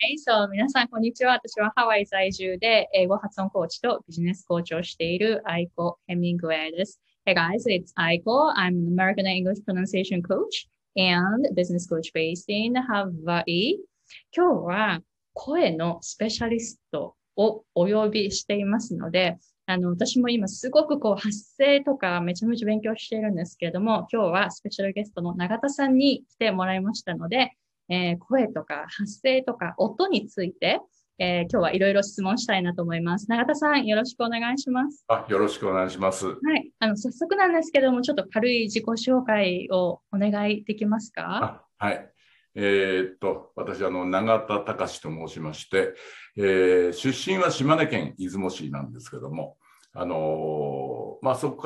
皆さん、こんにちは。私はハワイ在住で英語発音コーチとビジネスコーチをしているアイコ・ヘミングウェイです。Hey guys, it's Aiko. I'm an American English pronunciation coach and business coach based in Hawaii. 今日は声のスペシャリストをお呼びしていますので、私も今すごく発声とかめちゃめちゃ勉強しているんですけれども、今日はスペシャルゲストの永田さんに来てもらいましたので、声とか発声とか音について、今日はいろいろ質問したいなと思います。永田さん、よろしくお願いします。 よろしくお願いします。はい。早速なんですけども、ちょっと軽い自己紹介をお願いできますか？ はい。私、永田隆と申しまして、出身は島根県出雲市なんですけども、そこから、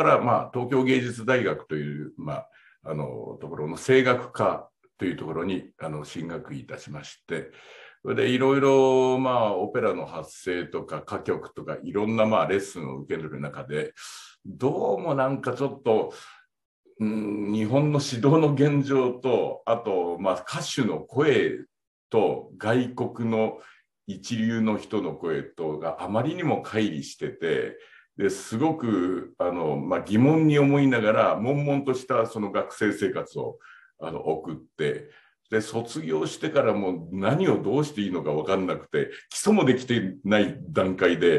東京芸術大学という、ところの声楽科というところに進学いたしまして、それでいろいろオペラの発声とか歌曲とかいろんなレッスンを受ける中で、どうもなんかちょっと、日本の指導の現状と、あと歌手の声と外国の一流の人の声とがあまりにも乖離してて、ですごく疑問に思いながら悶々としたその学生生活を送って、で卒業してからも何をどうしていいのか分かんなくて、基礎もできてない段階で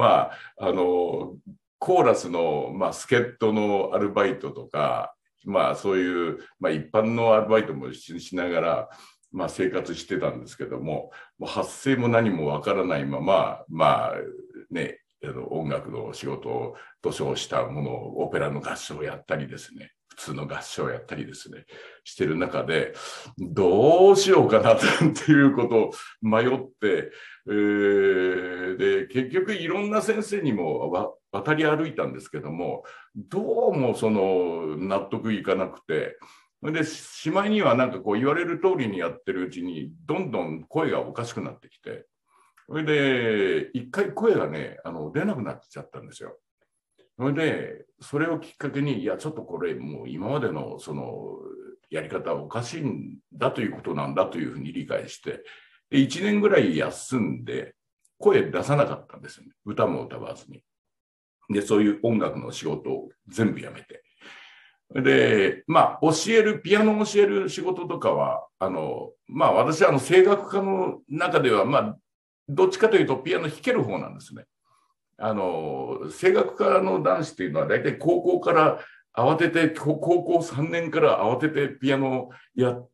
コーラスの、助っ人のアルバイトとか、そういう、一般のアルバイトもしながら、生活してたんですけども、発声も何もわからないまま、音楽の仕事と称したものを、オペラの合唱をやったりですね、普通の合唱をやったりですね、してる中で、どうしようかなっていうことを迷って、で、結局いろんな先生にも渡り歩いたんですけども、どうもその納得いかなくて、で、しまいにはなんか言われる通りにやってるうちに、どんどん声がおかしくなってきて、それで、一回声がね、出なくなっちゃったんですよ。それで、それをきっかけに、いや、ちょっとこれ、もう今までのそのやり方はおかしいんだということなんだというふうに理解して、で、1年ぐらい休んで、声出さなかったんですよね。歌も歌わずに。で、そういう音楽の仕事を全部やめて。で、ピアノを教える仕事とかは、私は声楽家の中では、どっちかというとピアノ弾ける方なんですね。声楽家の男子っていうのは大体高校3年から慌ててピアノやって、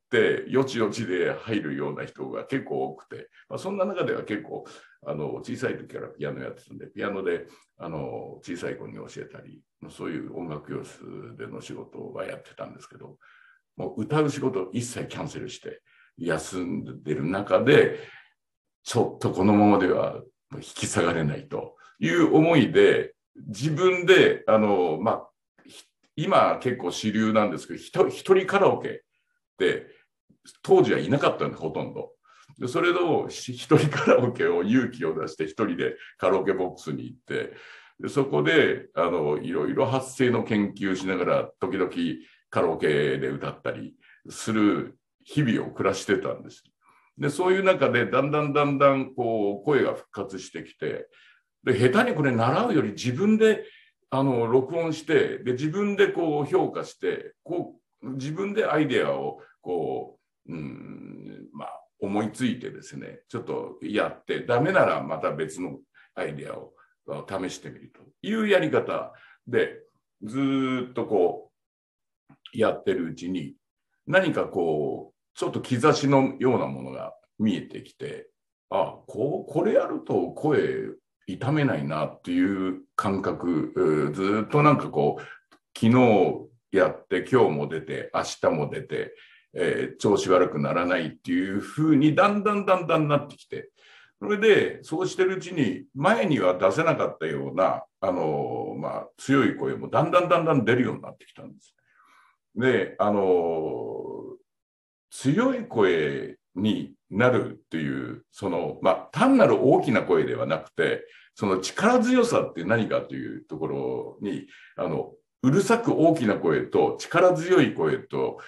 よちよちで入るような人が結構多くて、そんな中では結構、小さい時からピアノやってたんで、ピアノで、小さい子に教えたり、そういう音楽教室での仕事はやってたんですけど、もう歌う仕事一切キャンセルして、休んでる中で、ちょっとこのままでは引き下がれないという思いで、自分で、今結構主流なんですけど、一人カラオケって当時はいなかったんで、ほとんど。でそれを一人カラオケを勇気を出して一人でカラオケボックスに行って、でそこでいろいろ発声の研究しながら時々カラオケで歌ったりする日々を暮らしてたんです。でそういう中でだんだん声が復活してきて、で下手にこれ習うより自分で録音して、で自分で評価して、自分でアイデアを思いついてですね、ちょっとやって、ダメならまた別のアイデアを試してみるというやり方で、ずっとやってるうちに、何かちょっと兆しのようなものが見えてきて、これやると声痛めないなっていう感覚、ずっとなんか昨日やって今日も出て明日も出て、調子悪くならないっていう風にだんだんなってきて、それでそうしてるうちに前には出せなかったような強い声もだんだん出るようになってきたんです。で、強い声になるっていう、単なる大きな声ではなくて、その力強さって何かというところに、うるさく大きな声と力強い声と、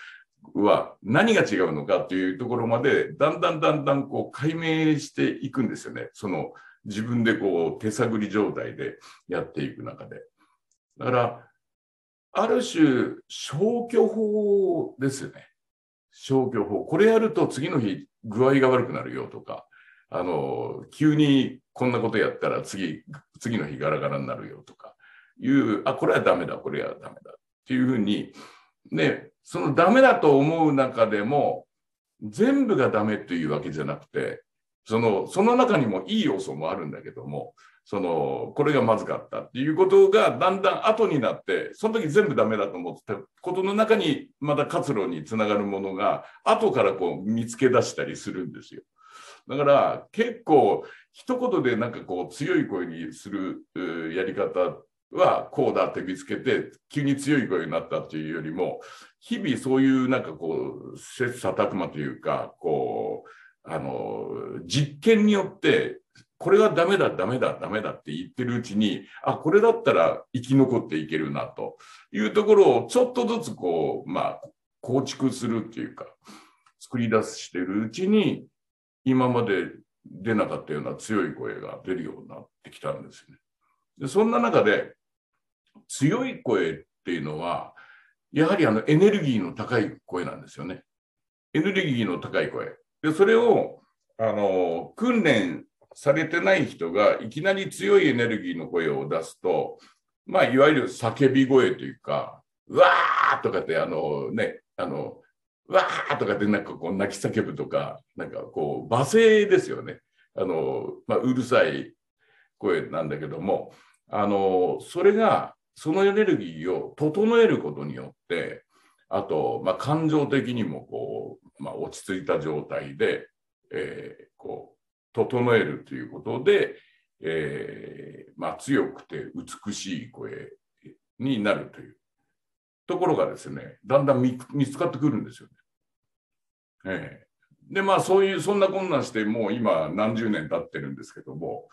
は何が違うのかというところまでだんだんこう解明していくんですよね。その自分でこう手探り状態でやっていく中で。だからある種消去法ですよね。消去法。これやると次の日具合が悪くなるよとか、急にこんなことやったら次の日ガラガラになるよとかいう、これはダメだ、これはダメだっていうふうに、ね、そのダメだと思う中でも、全部がダメというわけじゃなくて、その中にもいい要素もあるんだけども、これがまずかったっていうことがだんだん後になって、その時全部ダメだと思ってたことの中にまた活路につながるものが後からこう見つけ出したりするんですよ。だから結構一言でなんかこう強い声にするやり方はこうだって見つけて急に強い声になったっていうよりも、日々そういうなんかこう切磋琢磨というか、こう実験によってこれはダメだダメだダメだって言ってるうちに、これだったら生き残っていけるなというところをちょっとずつこう構築するっていうか作り出してるうちに、今まで出なかったような強い声が出るようになってきたんですよね。でそんな中で強い声っていうのはやはりエネルギーの高い声なんですよね。エネルギーの高い声で、それを訓練されてない人がいきなり強いエネルギーの声を出すと、いわゆる叫び声というか、うわーとかってうわーとかってなんかこう泣き叫ぶとか、なんかこう罵声ですよね。うるさい声なんだけども、それがそのエネルギーを整えることによって、あと、感情的にもこう、落ち着いた状態で、こう整えるということで、強くて美しい声になるというところがですね、だんだん見つかってくるんですよね。で、そんなこんなんして、もう今何十年経ってるんですけども、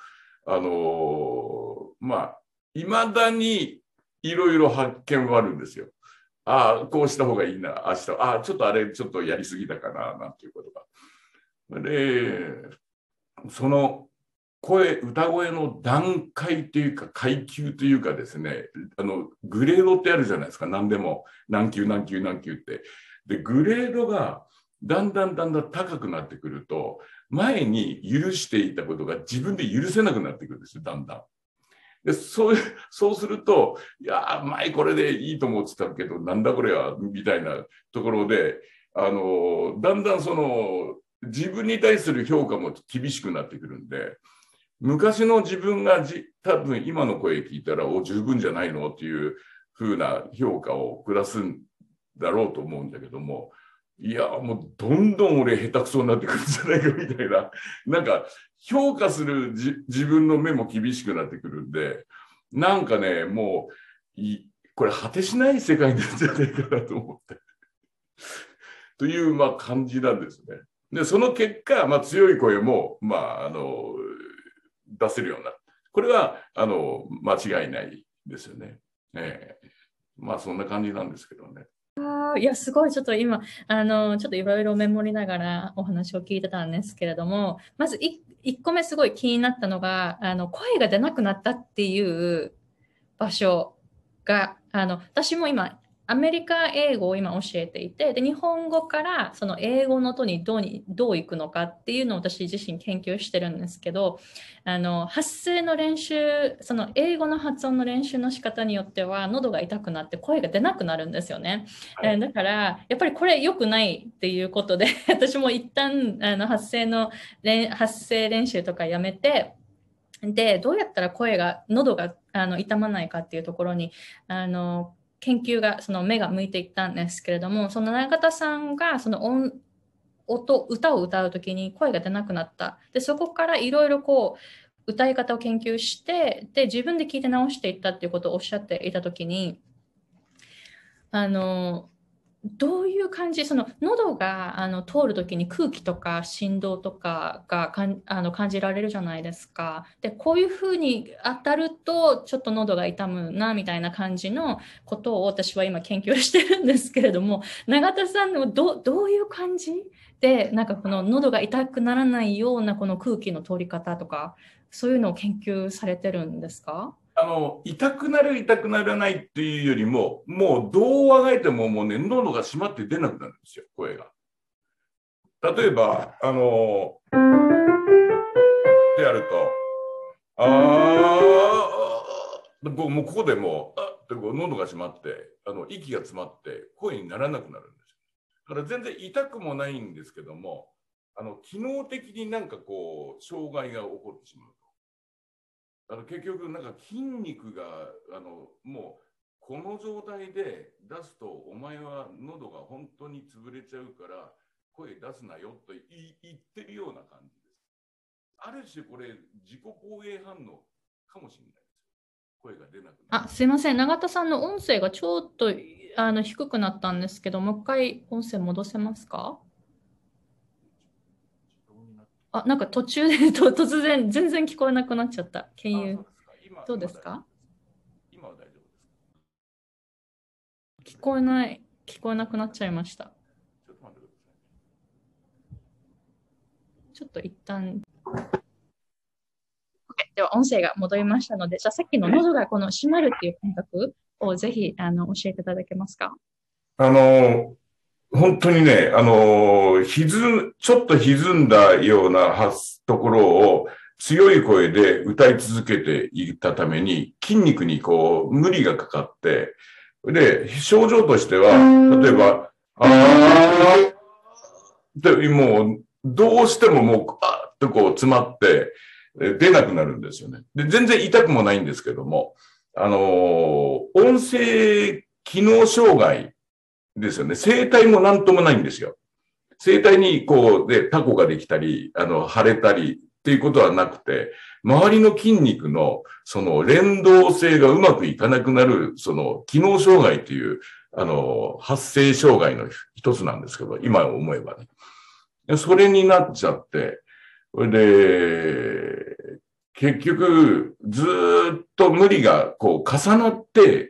いまだにいろいろ発見はあるんですよ。こうした方がいいな、ちょっとあれちょっとやりすぎたかな、なんていうことが。で、その歌声の段階というか階級というかですね、グレードってあるじゃないですか。何でも何級何級何級って。で、グレードがだんだん高くなってくると、前に許していたことが自分で許せなくなってくるんですよ、だんだん。で、そうすると、いや、前これでいいと思ってたけど、なんだこれは、みたいなところで、だんだん自分に対する評価も厳しくなってくるんで、昔の自分が多分今の声聞いたら、十分じゃないのっていう風な評価を下すんだろうと思うんだけども、いや、もうどんどん俺下手くそになってくるんじゃないかみたいな、なんか評価する自分の目も厳しくなってくるんで、なんかね、もうこれ果てしない世界なんじゃないかなと思って。という感じなんですね。で、その結果、強い声も、出せるようになる。これは間違いないですよね。そんな感じなんですけどね。 いや、すごい、ちょっと今、ちょっといろいろメモりながらお話を聞いてたんですけれども、まず1個目すごい気になったのが、声が出なくなったっていう場所が、私も今、アメリカ英語を今教えていて、で、日本語からその英語の音にどう行くのかっていうのを私自身研究してるんですけど、発声の練習、その英語の発音の練習の仕方によっては、喉が痛くなって声が出なくなるんですよね。はい、だから、やっぱりこれ良くないっていうことで、私も一旦発声練習とかやめて、で、どうやったら喉が痛まないかっていうところに、研究が、その目が向いていったんですけれども、その永田さんが、その歌を歌うときに声が出なくなった。で、そこからいろいろ歌い方を研究して、で、自分で聞いて直していったっていうことをおっしゃっていたときに、 どういう感じ、その喉が通るときに空気とか振動とかが感じられるじゃないですか。で、こういうふうに当たると、ちょっと喉が痛むな、みたいな感じのことを私は今研究してるんですけれども、永田さんのどういう感じで、なんかこの喉が痛くならないようなこの空気の通り方とか、そういうのを研究されてるんですか？ 痛くなる、痛くならないっていうよりも、もうどうあがいてももうね、喉が閉まって出なくなるんですよ、声が。例えば、でやると、もうここでもう、ってこう喉が閉まって、息が詰まって声にならなくなるんですよ。だから全然痛くもないんですけども、機能的になんかこう、障害が起こってしまう。結局なんか筋肉がもうこの状態で出すとお前は喉が本当に潰れちゃうから声出すなよと言ってるような感じです。ある種これ自己防衛反応かもしれないです。声が出なくなる。 すいません。永田さんの音声がちょっと低くなったんですけど、もう一回音声戻せますか？なんか途中で突然全然聞こえなくなっちゃった。どうですか？ 今は大丈夫です。 聞こえなくなっちゃいました。 ちょっと待ってください。ちょっと一旦。では音声が戻りましたので、じゃあさっきの喉がこの閉まるっていう感覚をぜひ教えていただけますか？ 本当にね、ちょっと歪んだようなところを強い声で歌い続けていったために筋肉にこう無理がかかって、で、症状としては、例えば、で、もう、どうしてももう、あーっとこう詰まって、出なくなるんですよね。で、全然痛くもないんですけども、音声機能障害ですよね。声帯もなんともないんですよ。声帯にこう、で、タコができたり、腫れたりっていうことはなくて、周りの筋肉のその連動性がうまくいかなくなる、その機能障害っていう、発声障害の一つなんですけど、今思えばね。それになっちゃって、それで、結局、ずっと無理がこう重なって、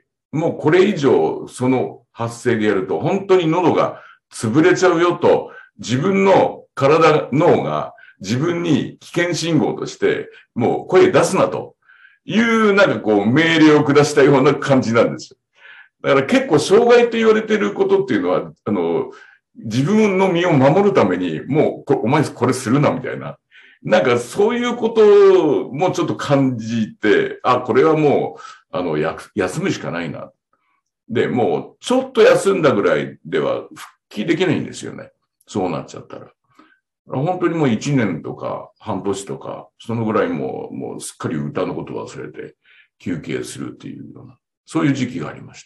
もうこれ以上その発声でやると本当に喉が潰れちゃうよと自分の脳が自分に危険信号としてもう声出すなというなんかこう命令を下したような感じなんですよ。だから結構障害と言われていることっていうのは、自分の身を守るためにもうお前これするなみたいな。なんかそういうこともちょっと感じて、これはもう、休むしかないな。で、もうちょっと休んだぐらいでは復帰できないんですよね。そうなっちゃったら。本当にもう1年とか半年とか、そのぐらいもうすっかり歌のことを忘れて休憩するっていうような、そういう時期がありました。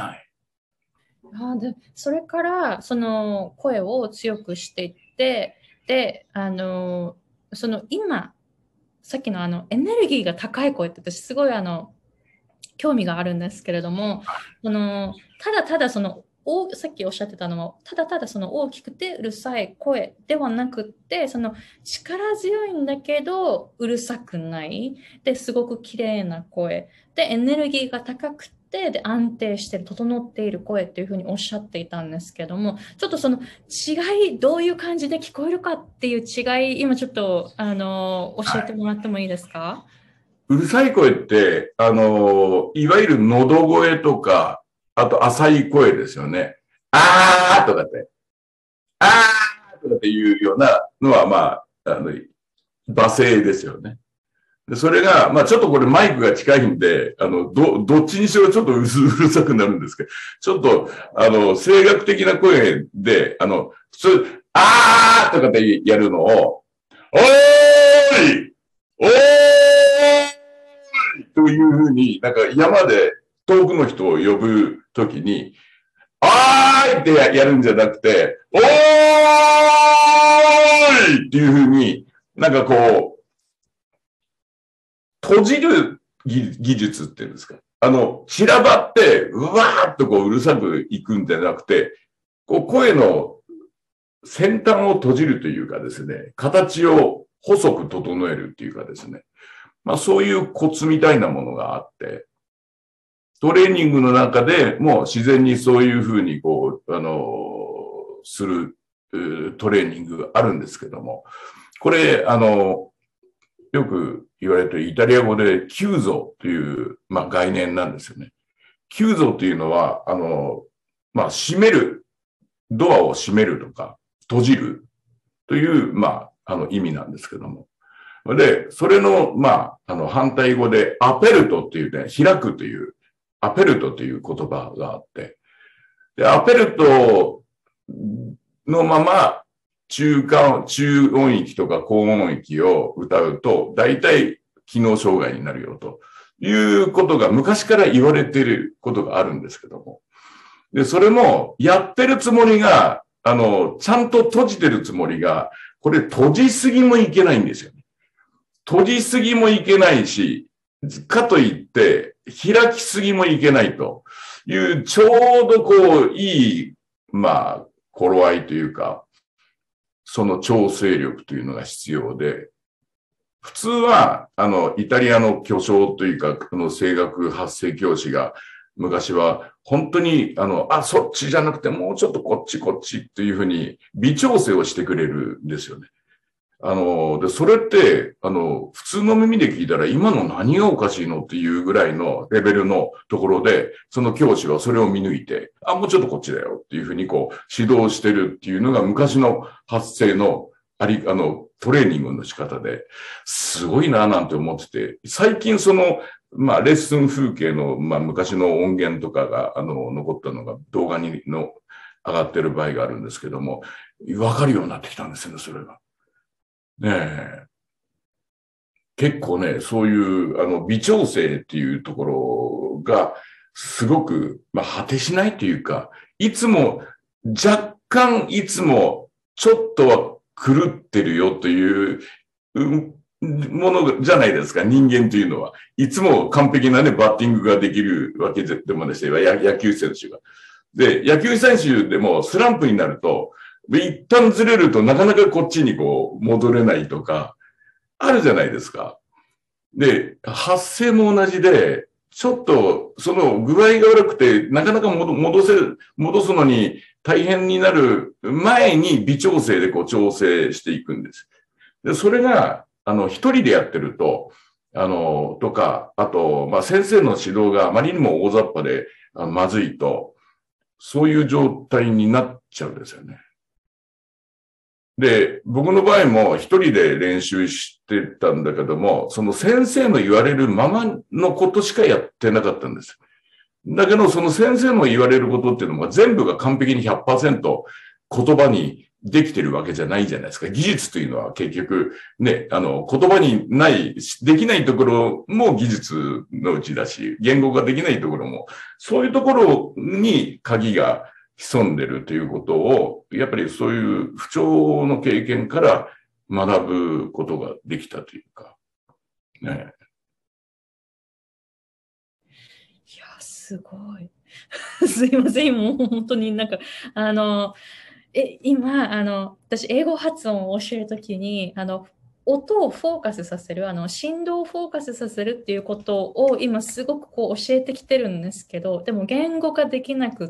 はい。 でそれからその声を強くしていって、で、その今、さっきのエネルギーが高い声って私すごい興味があるんですけれども、ただただそのさっきおっしゃってたのは、ただただその大きくてうるさい声ではなくって、その力強いんだけどうるさくない。で、すごく綺麗な声。で、エネルギーが高くて、で、安定してる、整っている声っていうふうにおっしゃっていたんですけども、ちょっとその違い、どういう感じで聞こえるかっていう違い、今ちょっと、教えてもらってもいいですか？ うるさい声って、いわゆる喉声とか、あと浅い声ですよね。あーとかって、あーとかっていうようなのは、まあ、罵声ですよね。でそれが、まあちょっとこれマイクが近いんで、どっちにしろちょっとうるさくなるんですけど、ちょっと、声楽的な声で、普通、あーとかってやるのを、おーいおーいというふうに、なんか山で遠くの人を呼ぶときに、あーいってやるんじゃなくて、おーいっていうふうに、なんかこう、閉じる技術っていうんですか。 散らばって、うわーっとこううるさくいくんじゃなくて、こう声の先端を閉じるというかですね、形を細く整えるっていうかですね、まあそういうコツみたいなものがあって、トレーニングの中でもう自然にそういうふうにこう、するトレーニングがあるんですけども、これ、よく言われているイタリア語でキューゾという、まあ、概念なんですよね。キューゾというのは、まあ、閉める、ドアを閉めるとか、閉じるという、まあ、意味なんですけども。で、それの、まあ、反対語でアペルトっていうね、開くという、アペルトという言葉があって、で、アペルトのまま、中音域とか高音域を歌うと、大体機能障害になるよということが昔から言われていることがあるんですけども。で、それもやってるつもりが、ちゃんと閉じてるつもりが、これ閉じすぎもいけないんですよね。閉じすぎもいけないし、かといって開きすぎもいけないという、ちょうどこう、いい、まあ、頃合いというか、その調整力というのが必要で、普通は、イタリアの巨匠というか、声楽発声教師が、昔は、本当に、そっちじゃなくて、もうちょっとこっちっていうふうに、微調整をしてくれるんですよね。で、それって、普通の耳で聞いたら、今の何がおかしいのっていうぐらいのレベルのところで、その教師はそれを見抜いて、もうちょっとこっちだよっていうふうにこう、指導してるっていうのが昔の発声のトレーニングの仕方で、すごいなぁなんて思ってて、最近まあ、レッスン風景の、まあ、昔の音源とかが、残ったのが動画に上がってる場合があるんですけども、わかるようになってきたんですよね、それが。ねえ。結構ね、そういう、微調整っていうところが、すごく、まあ、果てしないというか、いつも、若干いつも、ちょっとは狂ってるよという、ものじゃないですか、人間というのは。いつも完璧なね、バッティングができるわけでもですね、野球選手が。で、野球選手でもスランプになると、一旦ずれるとなかなかこっちにこう戻れないとか、あるじゃないですか。で、発声も同じで、ちょっとその具合が悪くて、なかなか戻すのに大変になる前に微調整でこう調整していくんです。で、それが、一人でやってると、とか、あと、まあ、先生の指導があまりにも大雑把で、まずいと、そういう状態になっちゃうんですよね。で、僕の場合も一人で練習してたんだけども、その先生の言われるままのことしかやってなかったんです。だけど、その先生の言われることっていうのが全部が完璧に 100% 言葉にできてるわけじゃないじゃないですか。技術というのは結局ね、言葉にない、できないところも技術のうちだし、言語ができないところも、そういうところに鍵が潜んでるということを、やっぱりそういう不調の経験から学ぶことができたというか、ね。 いや、すごい。すいません、もう本当になんか、今、私、英語発音を教えるときに、音をフォーカスさせる、振動をフォーカスさせるっていうことを今すごくこう教えてきてるんですけど、でも言語化できなくって、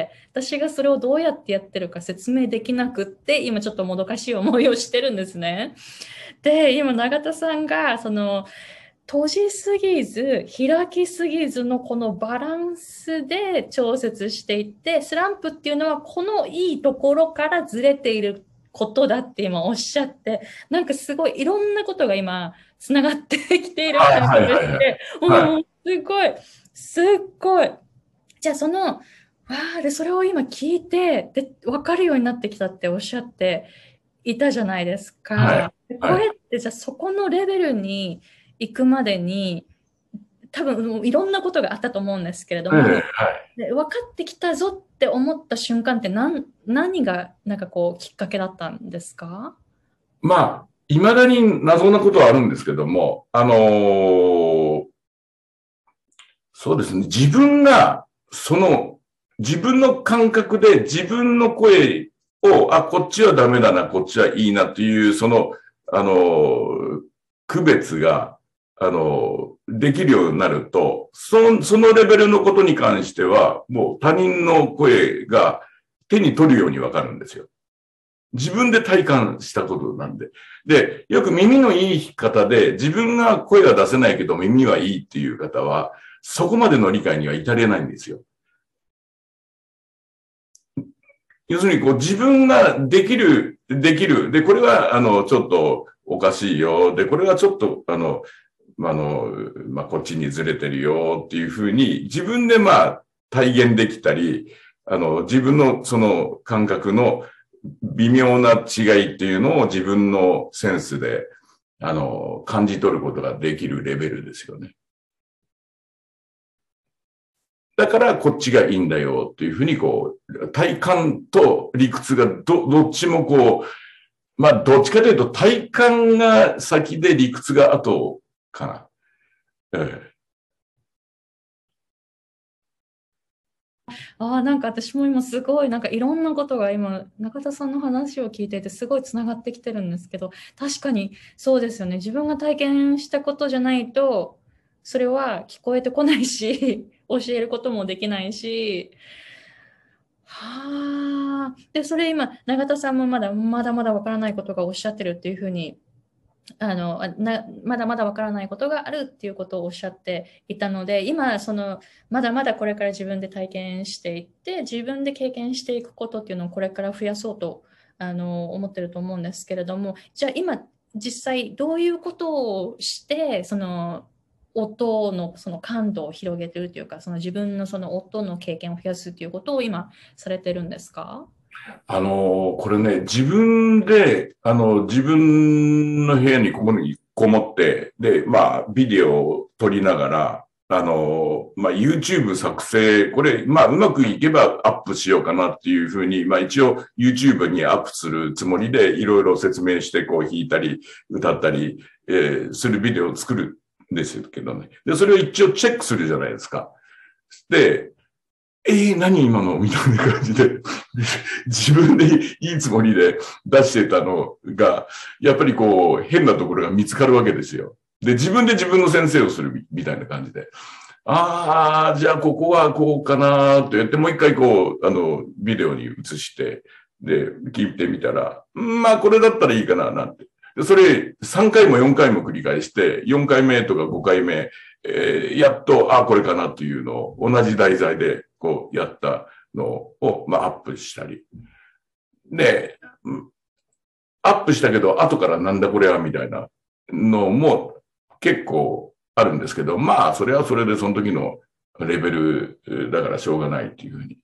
私がそれをどうやってやってるか説明できなくって、今ちょっともどかしい思いをしてるんですね。で、今永田さんが、閉じすぎず、開きすぎずのこのバランスで調節していって、スランプっていうのはこのいいところからずれていることだって今おっしゃって、なんかすごいいろんなことが今つながってきている感じがして、もうすごい、すっごい。じゃあで、それを今聞いて、で、わかるようになってきたっておっしゃっていたじゃないですか。これってじゃあそこのレベルに行くまでに、多分いろんなことがあったと思うんですけれども、で分かってきたぞって思った瞬間って何がなんかこうきっかけだったんですか？ まあ、未だに謎なことはあるんですけども、 そうですね。自分の感覚で自分の声を、こっちはダメだな、こっちはいいなっていう、区別が、できるようになると、そのレベルのことに関しては、もう他人の声が手に取るようにわかるんですよ。自分で体感したことなんで。で、よく耳のいい方で、自分が声が出せないけど耳はいいっていう方は、そこまでの理解には至れないんですよ。要するに、自分ができる。で、これは、ちょっとおかしいよ。で、これはちょっと、こっちにずれてるよっていうふうに、自分で体現できたり、自分のその感覚の微妙な違いっていうのを自分のセンスで、感じ取ることができるレベルですよね。だからこっちがいいんだよっていうふうに体感と理屈がどっちもどっちかというと体感が先で理屈が後かな。 なんか私も今すごいなんかいろんなことが今中田さんの話を聞いていてすごいつながってきてるんですけど、確かにそうですよね。自分が体験したことじゃないとそれは聞こえてこないし教えることもできないし、でそれ今永田さんもまだまだわからないことがおっしゃってるっていうふうにまだまだわからないことがあるっていうことをおっしゃっていたので、今まだまだこれから自分で体験していって自分で経験していくことっていうのをこれから増やそうと思ってると思うんですけれども、じゃあ今実際どういうことをして音の感度を広げてるというか、自分の音の経験を増やすということを今されてるんですか？ これね、自分で、自分の部屋にこもって、で、ビデオを撮りながら、YouTube 作成、これ、うまくいけばアップしようかなっていうふうに、一応 YouTube にアップするつもりで、いろいろ説明して弾いたり、歌ったり、するビデオを作るんですけどね。で、それを一応チェックするじゃないですか。で、何今のみたいな感じで、自分でいいつもりで出してたのが、やっぱり変なところが見つかるわけですよ。で、自分で自分の先生をするみたいな感じで。じゃあここはこうかなと言って、もう一回ビデオに移して、で、聞いてみたら、これだったらいいかな、なんて。でそれ3回も4回も繰り返して、4回目とか5回目、やっと、これかなというのを同じ題材でやったのを、アップしたり。で、アップしたけど、後からなんだこれはみたいなのも結構あるんですけど、それはそれでその時のレベルだからしょうがないっていうふうに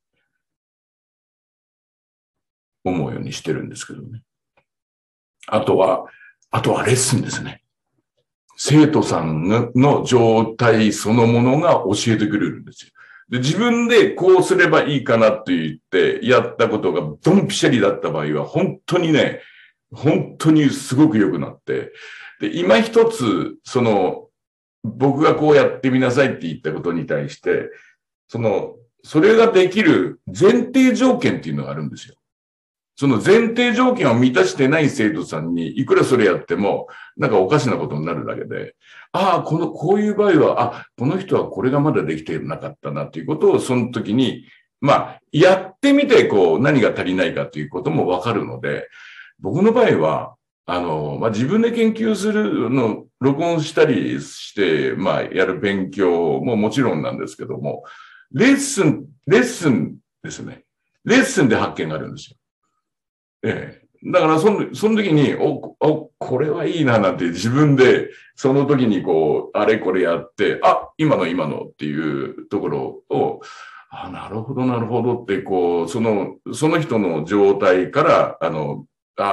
思うようにしてるんですけどね。あとはレッスンですね。生徒さんの状態そのものが教えてくれるんですよ。で、自分でこうすればいいかなと言ってやったことがドンピシャリだった場合は本当にすごく良くなって、で、今一つ、僕がこうやってみなさいって言ったことに対して、それができる前提条件っていうのがあるんですよ。その前提条件を満たしてない生徒さんにいくらそれやっても、なんかおかしなことになるだけで、こういう場合は、この人はこれがまだできてなかったなということを、その時に、やってみて、何が足りないかということもわかるので、僕の場合は、自分で研究するの、録音したりして、やる勉強ももちろんなんですけども、レッスンですね。レッスンで発見があるんですよ。だからその時に、これはいいななんて自分で、その時にあれこれやって、今のっていうところを、なるほどって、その人の状態から、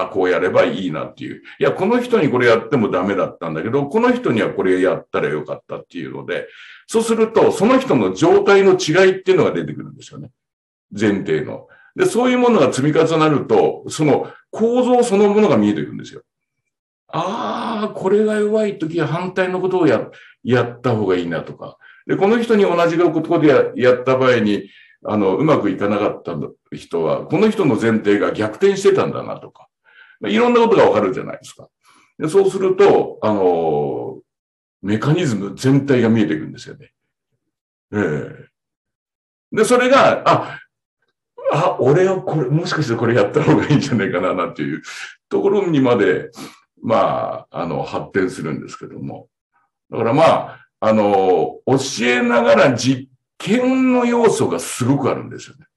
こうやればいいなっていう。いや、この人にこれやってもダメだったんだけど、この人にはこれやったらよかったっていうので、そうすると、その人の状態の違いっていうのが出てくるんですよね。前提の。で、そういうものが積み重なると、その構造そのものが見えてくるんですよ。これが弱いときは反対のことをやった方がいいなとか。 で、この人に同じことでやった場合に、うまくいかなかった人は、この人の前提が逆転してたんだなとか、いろんなことがわかるじゃないですか。でそうすると、メカニズム全体が見えてくるんですよね。で、それが、俺はこれ、もしかしてこれやった方がいいんじゃないかな、なんていうところにまで、まあ、発展するんですけども。だからまあ、教えながら実験の要素がすごくあるんですよね。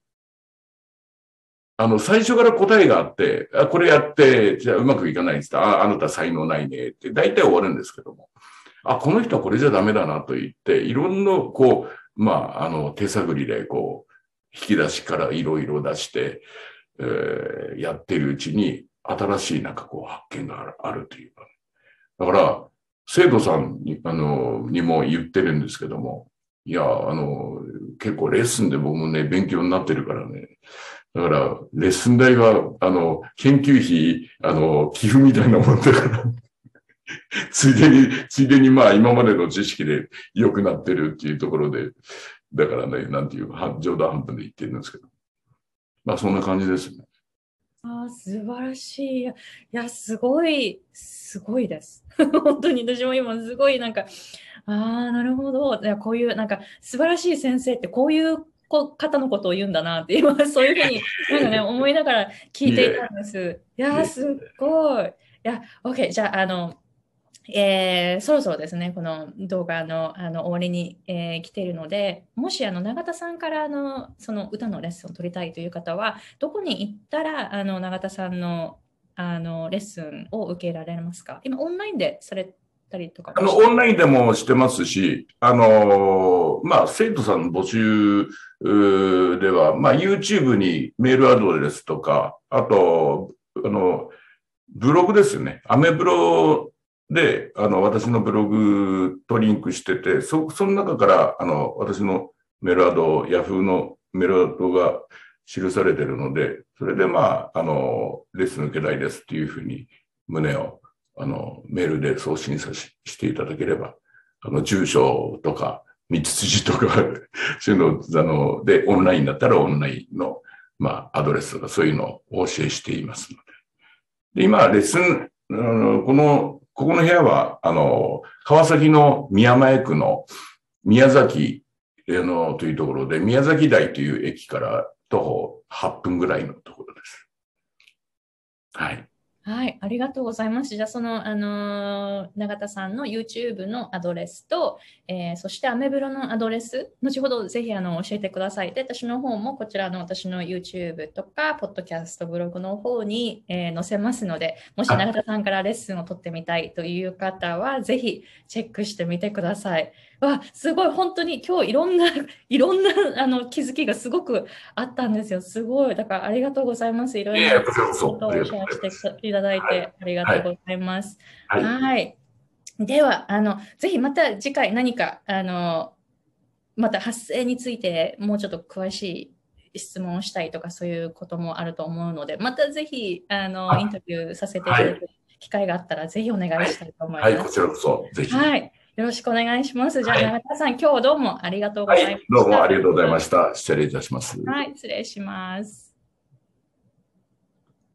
最初から答えがあって、これやって、じゃあうまくいかないんですか、あなた才能ないねって、大体終わるんですけども。この人はこれじゃダメだなと言って、いろんな、まあ、手探りで、引き出しからいろいろ出して、やってるうちに、新しい発見があるというか、ね。だから、生徒さんに、にも言ってるんですけども、いや、結構レッスンで僕もね、勉強になってるからね。だから、レッスン代は、研究費、寄付みたいなもんだからついでにまあ、今までの知識で良くなってるっていうところで、だからね、なんていう、冗談半分で言ってるんですけど。まあ、そんな感じですね。 素晴らしい。いや、すごいです。本当に私も今すごいなるほど。いや、こういう素晴らしい先生ってこういう方のことを言うんだなって今そういうふうに思いながら聞いていたんです。いや、すっごい。いや、OK。じゃあ、そろそろですね、この動画の終わりに、来ているので、もし永田さんからその歌のレッスンを取りたいという方は、どこに行ったら永田さんのレッスンを受けられますか？今、オンラインでされたりとかオンラインでもしてますし、まあ、生徒さんの募集では、まあ、YouTube にメールアドレスとか、あと、ブログですね。アメブロで、私のブログとリンクしてて、その中から、私のメールアド、ヤフーのメールアドが記されてるので、それでまあ、レッスン受けたいですっていうふうに旨を、メールで送信していただければ、住所とか、道筋とかそういうの、で、オンラインだったらオンラインの、まあ、アドレスとかそういうのをお教えしていますので。で今、レッスン、ここの部屋は、川崎の宮前区の宮崎、というところで、宮崎台という駅から徒歩8分ぐらいのところです。はい。 はい、ありがとうございます。じゃあ、その、永田さんの YouTube のアドレスと、そしてアメブロのアドレス、後ほどぜひ教えてください。で、私の方もこちらの私の YouTube とか、ポッドキャストブログの方に、載せますので、もし永田さんからレッスンを取ってみたいという方は、ぜひチェックしてみてください。すごい、本当に今日いろんな気づきがすごくあったんですよ。すごい。だからありがとうございます。いろいろなことをシェアしていただいてありがとうございます。はい。はい、では、ぜひまた次回何か、また発声についてもうちょっと詳しい質問をしたいとかそういうこともあると思うので、またぜひ、インタビューさせていただく機会があったら、ぜひお願いしたいと思います。 はい、こちらこそ、ぜひ。 はい。よろしくお願いします。じゃあ、永田さん、今日はどうもありがとうございました。 どうもありがとうございました。失礼いたします。 はい、失礼します。